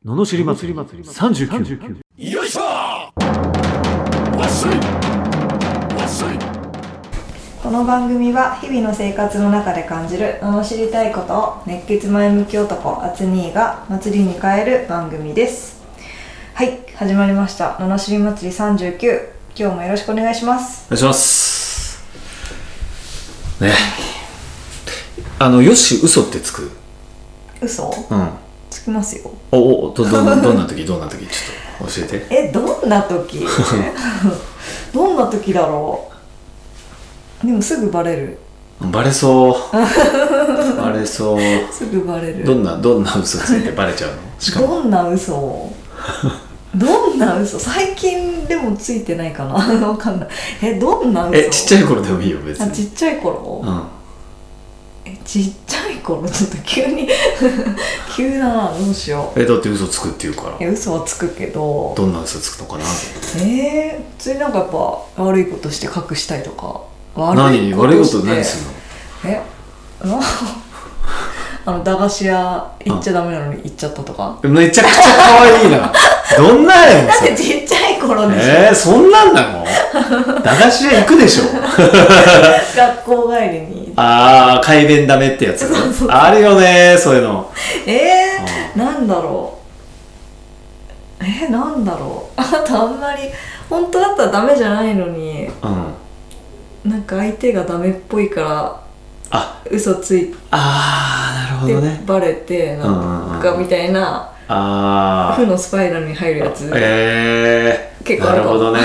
ののしり祭り39。 よいしょわっしょいわっしょい。 この番組は日々の生活の中で感じる罵りたいことを熱血前向き男アツニーが祭りに変える番組です。はい、始まりました罵り祭り39。今日もよろしくお願いします。 お願いしますね。よし嘘ってつく？ 嘘？ うんつきますよ。 どんな時ちょっと教えて。 どんな時どんな時だろう。でもすぐバレる。 バレそうバレそうすぐバレる。 どんな嘘ついてバレちゃうの？しかもどんな嘘最近でもついてないかなわかんない。どんな嘘？ ちっちゃい頃でもいいよ別に。 ちっちゃい頃？ちっちゃい頃ちょっと急に急だな。どうしよう。 だって嘘つくって言うから。 嘘はつくけど、 どんな嘘つくのかな。 普通になんかやっぱ悪いことして隠したりとか。 悪いこと何するの？駄菓子屋行っちゃダメなのに行っちゃったとか。 めちゃくちゃ可愛いなどんなやねん。 だってちっちゃい頃でしょ。 そんなんなの？駄菓子屋行くでしょ学校帰りに。 改便ダメってやつ。 そうあるよねそういうの。 なんだろう。なんだろう。あとあんまり本当だったらダメじゃないのに、なんか相手がダメっぽいから嘘ついてなるほどね。 バレてなんかみたいな負のスパイラルに入るやつ。結構ある。なるほど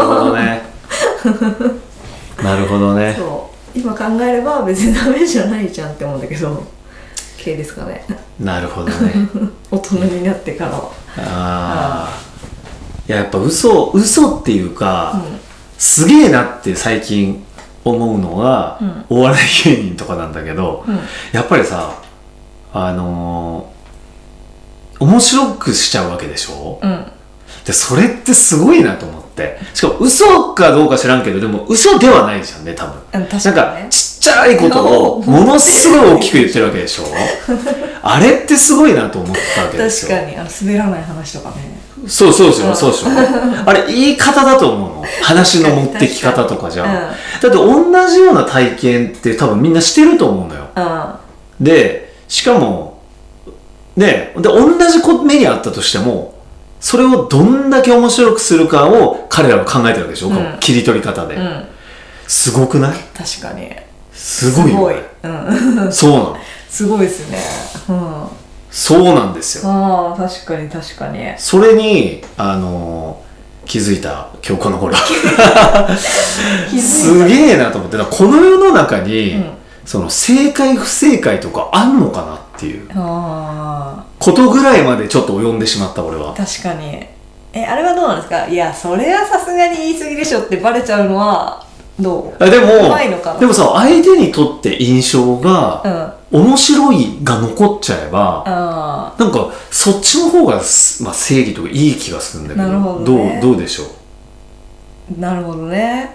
ねそう今考えれば別にダメじゃないじゃんって思うんだけど系ですかね。 なるほどね大人になってからは。 やっぱ嘘っていうか、すげえなって最近思うのが、お笑い芸人とかなんだけど、やっぱりさ面白くしちゃうわけでしょ、でそれってすごいなと思って。しかも嘘かどうか知らんけど、でも嘘ではないじゃんね多分。 確かにね、 なんかちっちゃいことをものすごい大きく言ってるわけでしょあれってすごいなと思ったわけですよ。 確かに滑らない話とかね。 そうでしょあれ言い方だと思うの。話の持ってき方とかじゃん、だって同じような体験って多分みんなしてると思うのよ。でしかもね、で同じ目にあったとしてもそれをどんだけ面白くするかを彼らは考えてるわけでしょ、切り取り方で、すごくない？ 確かにすごいよ。そうなの。 すごいですね。 そうなんですよ。 確かにそれに気づいた今日この頃すげえなと思って。この世の中に、その正解不正解とかあんのかなっていうことぐらいまでちょっと及んでしまった俺は。 確かに。あれはどうなんですか？いやそれはさすがに言い過ぎでしょってバレちゃうのはどう？でもさ、相手にとって印象が、面白いが残っちゃえば、なんかそっちの方が、正義とかいい気がするんだけど。なるほどね。どうでしょう？なるほどね。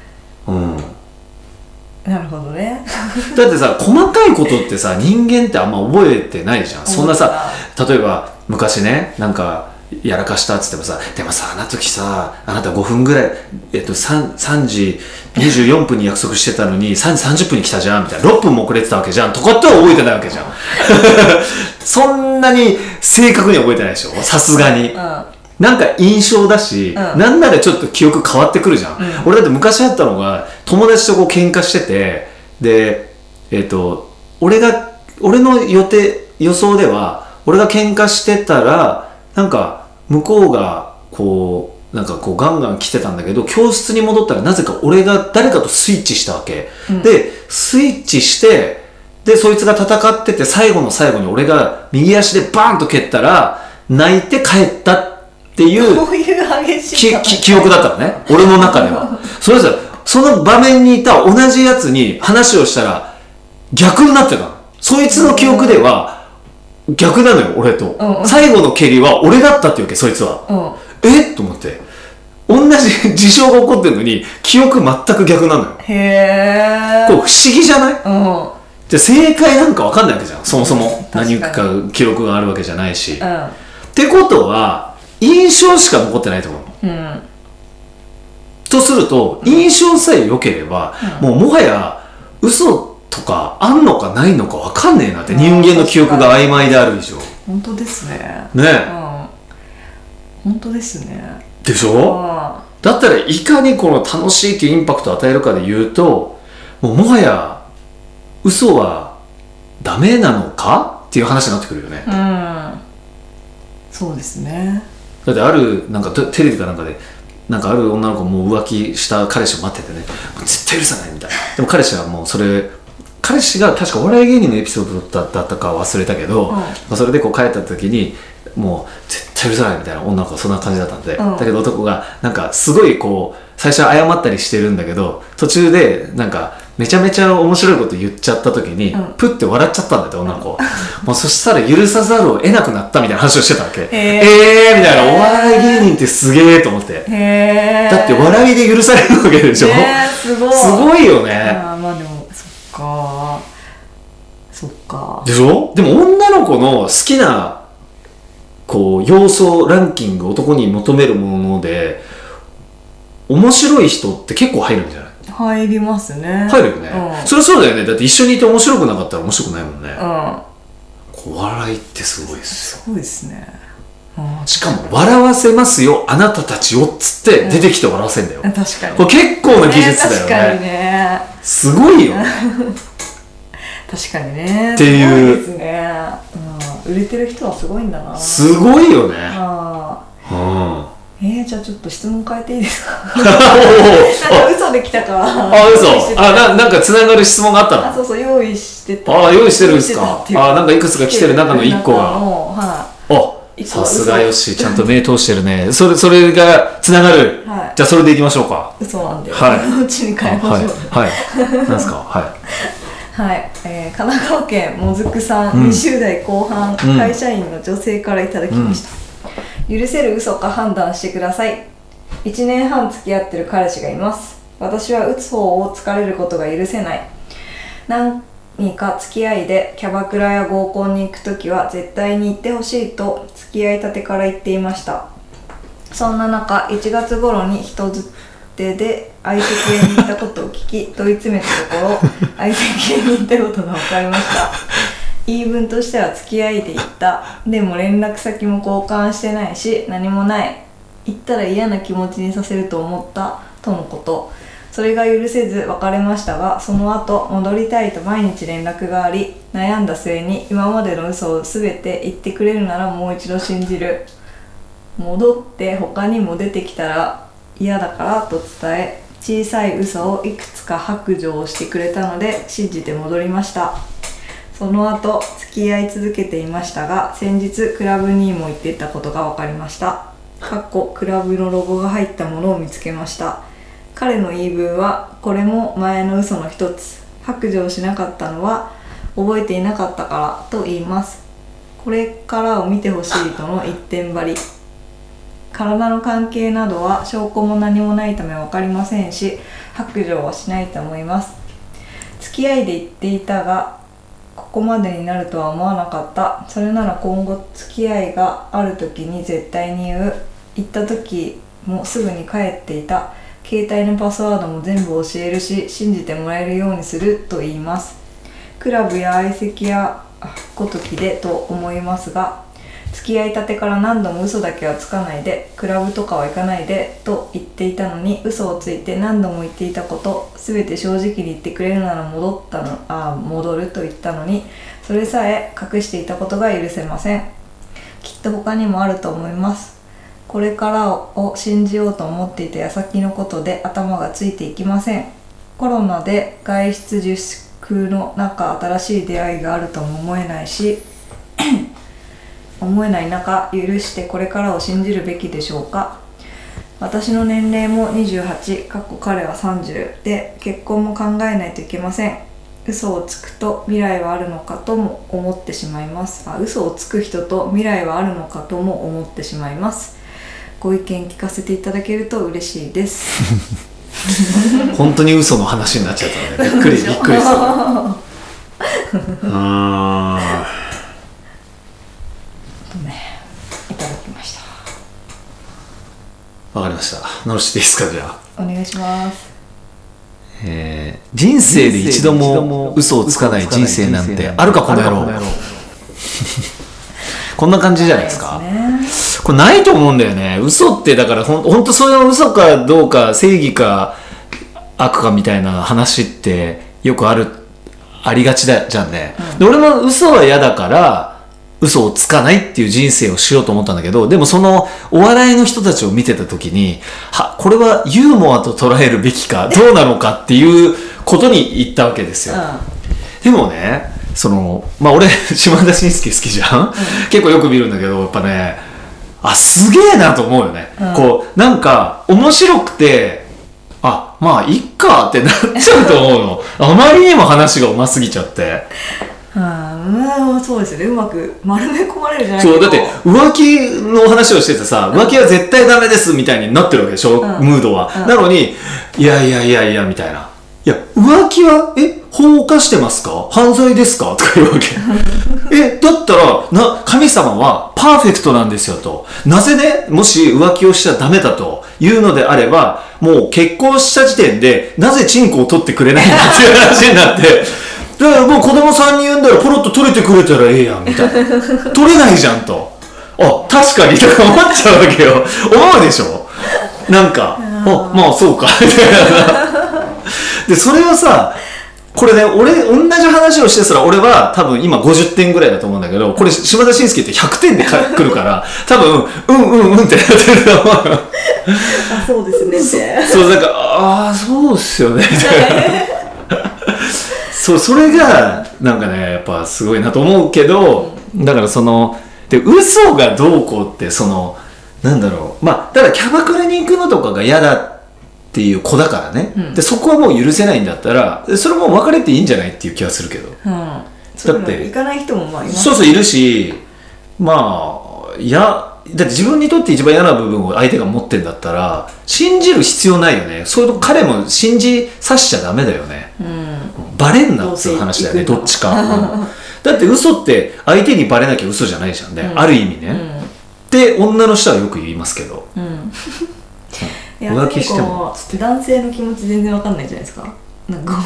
なるほどねだってさ、細かいことってさ、人間ってあんま覚えてないじゃん。そんなさ、例えば昔ね、なんかやらかしたっつってもさ、でもさ、あの時さ、あなた5分ぐらい、3時24分に約束してたのに3時30分に来たじゃんみたいな、6分も遅れてたわけじゃんとかっては覚えてないわけじゃんそんなに正確に覚えてないでしょ、さすがに。なんか印象だし、なんならちょっと記憶変わってくるじゃん。俺だって昔あったのが、友達とこう喧嘩してて、で俺の予想では、俺が喧嘩してたらなんか向こうがこうガンガン来てたんだけど、教室に戻ったらなぜか俺が誰かとスイッチしたわけ、でスイッチして、でそいつが戦ってて、最後の最後に俺が右足でバーンと蹴ったら泣いて帰ったっていう記憶だったのね、俺の中では。その場面にいた同じやつに話をしたら逆になってたの。そいつの記憶では逆なのよ、俺と。最後の蹴りは俺だったっていうわけ、そいつは。と思って。同じ事象が起こってるのに記憶全く逆なのよ。これ不思議じゃない？じゃ正解なんか分かんないわけじゃん、そもそも。何か記録があるわけじゃないし。 ってことは印象しか残ってないと思うの。とすると印象さえ良ければ、もうもはや嘘とかあんのかないのか分かんねえなって、人間の記憶が曖昧である以上。 本当ですね。 ねえ、 本当ですね。 でしょ。だったらいかにこの楽しいっていうインパクトを与えるかで言うと、もはや嘘はダメなのかっていう話になってくるよね。 そうですね。 だってあるなんかテレビかなんかでなんかある女の子もう浮気した彼氏を待っててね、絶対許さないみたいな。でも彼氏はもう彼氏が確かお笑い芸人のエピソードだったか忘れたけど、それでこう帰った時にもう絶対許さないみたいな女の子がそんな感じだったんで、だけど男がなんかすごいこう最初は謝ったりしてるんだけど、途中でなんかめちゃめちゃ面白いこと言っちゃった時に、プッて笑っちゃったんだって女の子、もうそしたら許さざるを得なくなったみたいな話をしてたわけ。みたいな、お笑い芸人ってすげえと思って。だって笑いで許されるわけでしょ。すごいよね。 まあでもそっかでしょ。でも女の子の好きなこう要素ランキング、男に求めるもので面白い人って結構入るんじゃない？ 入りますね。 入るよね、それはそうだよね。だって一緒にいて面白くなかったら面白くないもんね。お笑いってすごいですよ。 そうですね。 しかも笑わせますよあなたたちをっつって出てきて笑わせんだよ。 確かにこれ結構な技術だよね。 確かにね。 すごいよ確かにね。 っていう。 すごいですね。売れてる人はすごいんだな。 すごいよね。 じゃあちょっと質問変えていいですか？なんか嘘できたから。 嘘。なんかつながる質問があったの？ そうそう、用意してた。 用意してるんですか？なんかいくつか来てる中の1個が。さすがよし、ちゃんと目通してるね。それがつながる。じゃあそれでいきましょうか。 嘘なんで。こっちに変えましょう。 なんですか？ はい、神奈川県もずくさん、20代後半、会社員の女性からいただきました。許せる嘘か判断してください。1年半付き合ってる彼氏がいます。私は打つ方を疲れることが許せない。何か付き合いでキャバクラや合コンに行くときは絶対に行ってほしいと付き合いたてから言っていました。そんな中、1月頃に人づてで相手系に行ったことを聞き問い詰めたところ相手系に行ったことが分かりました。言い分としては付き合いで行った。でも連絡先も交換してないし何もない。行ったら嫌な気持ちにさせると思ったとのこと。それが許せず別れましたが、その後戻りたいと毎日連絡があり、悩んだ末に今までの嘘を全て言ってくれるならもう一度信じる。戻って他にも出てきたら嫌だからと伝え、小さい嘘をいくつか白状してくれたので信じて戻りました。その後付き合い続けていましたが、先日クラブにも行っていたことが分かりました。クラブのロゴが入ったものを見つけました。彼の言い分はこれも前の嘘の一つ。白状しなかったのは覚えていなかったからと言います。これからを見てほしいとの一点張り。体の関係などは証拠も何もないため分かりませんし、白状はしないと思います。付き合いで言っていたがここまでになるとは思わなかった。それなら今後付き合いがある時に絶対に言う。行った時もすぐに帰っていた。携帯のパスワードも全部教えるし信じてもらえるようにすると言います。クラブや相席やごときでと思いますが、付き合いたてから何度も嘘だけはつかないで、クラブとかは行かないでと言っていたのに、嘘をついて何度も言っていたこと、全て正直に言ってくれるなら戻ると言ったのに、それさえ隠していたことが許せません。きっと他にもあると思います。これからを信じようと思っていた矢先のことで頭がついていきません。コロナで外出自粛の中、新しい出会いがあるとも思えないし思えない中、許してこれからを信じるべきでしょうか。私の年齢も28、彼は30で、結婚も考えないといけません。嘘をつくと未来はあるのかとも思ってしまいます。嘘をつく人と未来はあるのかとも思ってしまいます。ご意見聞かせていただけると嬉しいです本当に嘘の話になっちゃったね。びっくりするいただりました。 わかりました。のろしていいですか、じゃあ。 お願いします。 人生で一度も嘘をつかない人生なんてあるかこの野郎。こんな感じじゃないですか。これないと思うんだよね。嘘ってだからほんとそれは嘘かどうか正義か悪かみたいな話ってよくありがちだじゃんね、で俺も嘘は嫌だから嘘をつかないっていう人生をしようと思ったんだけど、でもそのお笑いの人たちを見てた時にこれはユーモアと捉えるべきかどうなのかっていうことに言ったわけですよ、でもね俺島田紳介好きじゃん、結構よく見るんだけど、やっぱねすげえなと思うよね、こうなんか面白くてまあいっかってなっちゃうと思うのあまりにも話がうますぎちゃってそうですよね、うまく丸め込まれるじゃないけど、 そうだって浮気の話をしててさ、浮気は絶対ダメですみたいになってるわけでしょ、ムードは、なのにいやみたいな、いや浮気は法を犯してますか、犯罪ですかとか言うわけだったら神様はパーフェクトなんですよと、なぜねもし浮気をしちゃダメだというのであれば、もう結婚した時点でなぜチンコを取ってくれないんだっていう話になってだからもう子供3人産んだらポロッと取れてくれたらええやんみたいな取れないじゃんと、確かにとか思っちゃうわけよ思うでしょ、なんかまあそうかみたいなでそれはさ、これね俺同じ話をしてたら俺は多分今50点ぐらいだと思うんだけど、これ島田紳介って100点で来るから多分ってなってると思うよそうですねってそうなんかそうっすよねみたいなそれがなんかねやっぱすごいなと思うけど、だからで嘘がどうこうってなんだろう、ただキャバクラに行くのとかが嫌だっていう子だからね、でそこはもう許せないんだったらそれも別れていいんじゃないっていう気はするけど、だって行かない人もいます、 そういるし、だって自分にとって一番嫌な部分を相手が持ってんだったら信じる必要ないよね。それと彼も信じさせちゃダメだよね、バレんなっていう話だよね、どっちか、だって嘘って相手にバレなきゃ嘘じゃないじゃんね、ある意味ね、って女の人はよく言いますけど、浮気しても男性の気持ち全然わかんないじゃないですか、なんか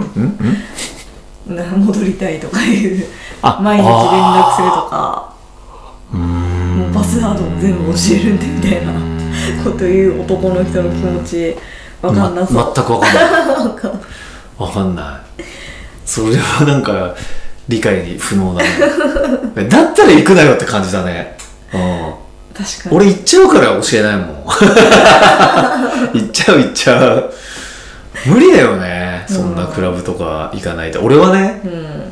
戻りたいとかいう毎日連絡するとかもうパスワードも全部教えるんでみたいなこと言う男の人の気持ちわかんなそう、 全くわかんないわかんない、それはなんか理解不能だねだったら行くなよって感じだね、 確かに俺行っちゃうから教えないもん行っちゃう無理だよね、そんなクラブとか行かないと、俺はね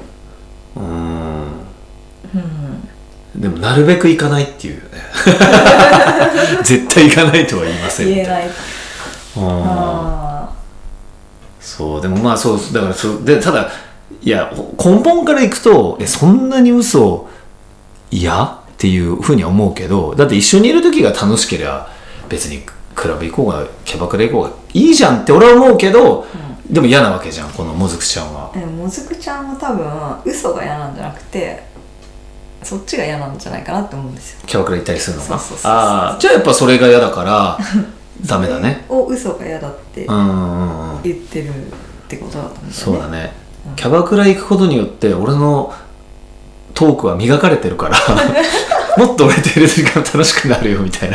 でもなるべく行かないっていうね絶対行かないとは言いませんみたいな、言えないそうでもそうだからでただいや根本からいくとそんなに嘘嫌っていうふうには思うけど、だって一緒にいる時が楽しければ別にクラブ行こうがキャバクラ行こうがいいじゃんって俺は思うけど、でも嫌なわけじゃんこのもずくちゃんは。 もずくちゃんは多分嘘が嫌なんじゃなくてそっちが嫌なんじゃないかなって思うんですよ、 キャバクラ行ったりするのが。 そうじゃあやっぱそれが嫌だからダメだねを嘘が嫌だって言ってるってことだと思うんだよね。 そうだね、キャバクラ行くことによって俺のトークは磨かれてるからもっと俺といる時間楽しくなるよみたいな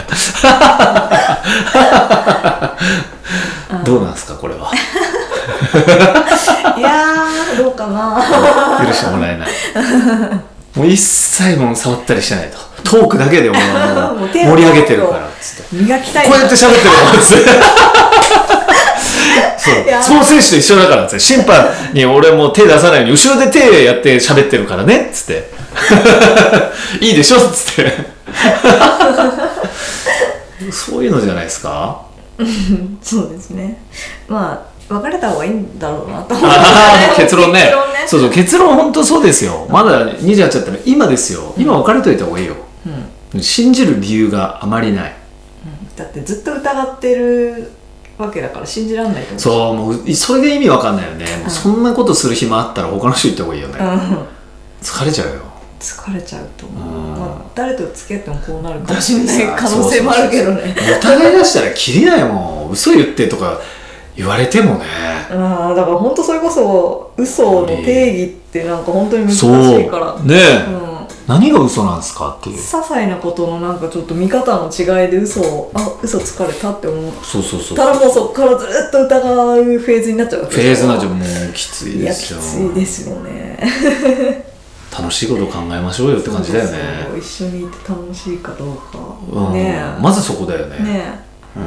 どうなんですかこれはいやーどうかな許してもらえないもう一切もう触ったりしてないと、トークだけで俺はもう盛り上げてるからっつって磨きたいこうやって喋ってるのっつってスポーツ選手と一緒だからっつって、審判に俺も手出さないように後ろで手やって喋ってるからねっつっていいでしょっつってそういうのじゃないですかそうですね、別れた方がいいんだろうなと思って結論ねそう結論本当そうですよ、まだ28だったら今ですよ、今別れといた方がいいよ、信じる理由があまりない、 だってずっと疑ってるわけだから信じらんないと思う。 そうもうそれが意味わかんないよね、もうそんなことする暇あったら他の人行った方がいいよね、疲れちゃうよ。 疲れちゃうと思う、 うんまあ、誰と付き合ってもこうなるかもしれない可能性もあるけどね。 お互い出したらキリないもん。嘘言ってとか言われてもね。 ああ、だから本当それこそ嘘の定義ってなんか本当に難しいからそうねえ、 うん、 何が嘘なんですかっていう。 些細なことのなんかちょっと見方の違いで嘘疲れたって思うそうたらもうそっからずっと疑うフェーズになっちゃうわけフェーズになっちゃう。 う。 もうきついですよ。 いやきついですよね。 楽しいこと考えましょうよって感じだよね。 そう一緒にいて楽しいかどうか、 うん、 ねえまずそこだよね。 ねうん、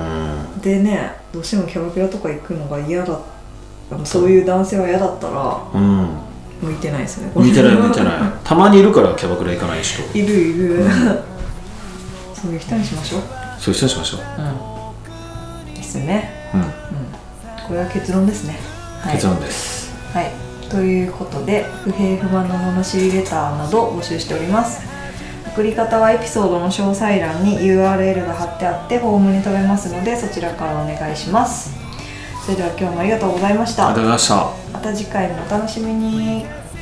でね、どうしてもキャバクラとか行くのが嫌だ、そういう男性は嫌だったら、 うん、 向いてないですね。 見てないたまにいるからキャバクラ行かない人いる、そういう人にしましょう。 そういう人にしましょう。 ですね、これは結論ですね。はい、 結論です。 はい、ということで不平不満の罵りレターなど募集しております。送り方はエピソードの詳細欄に URL が貼ってあってフォームに飛べますので、そちらからお願いします。それでは今日もありがとうございました。 ありがとうございました。 また次回もお楽しみに。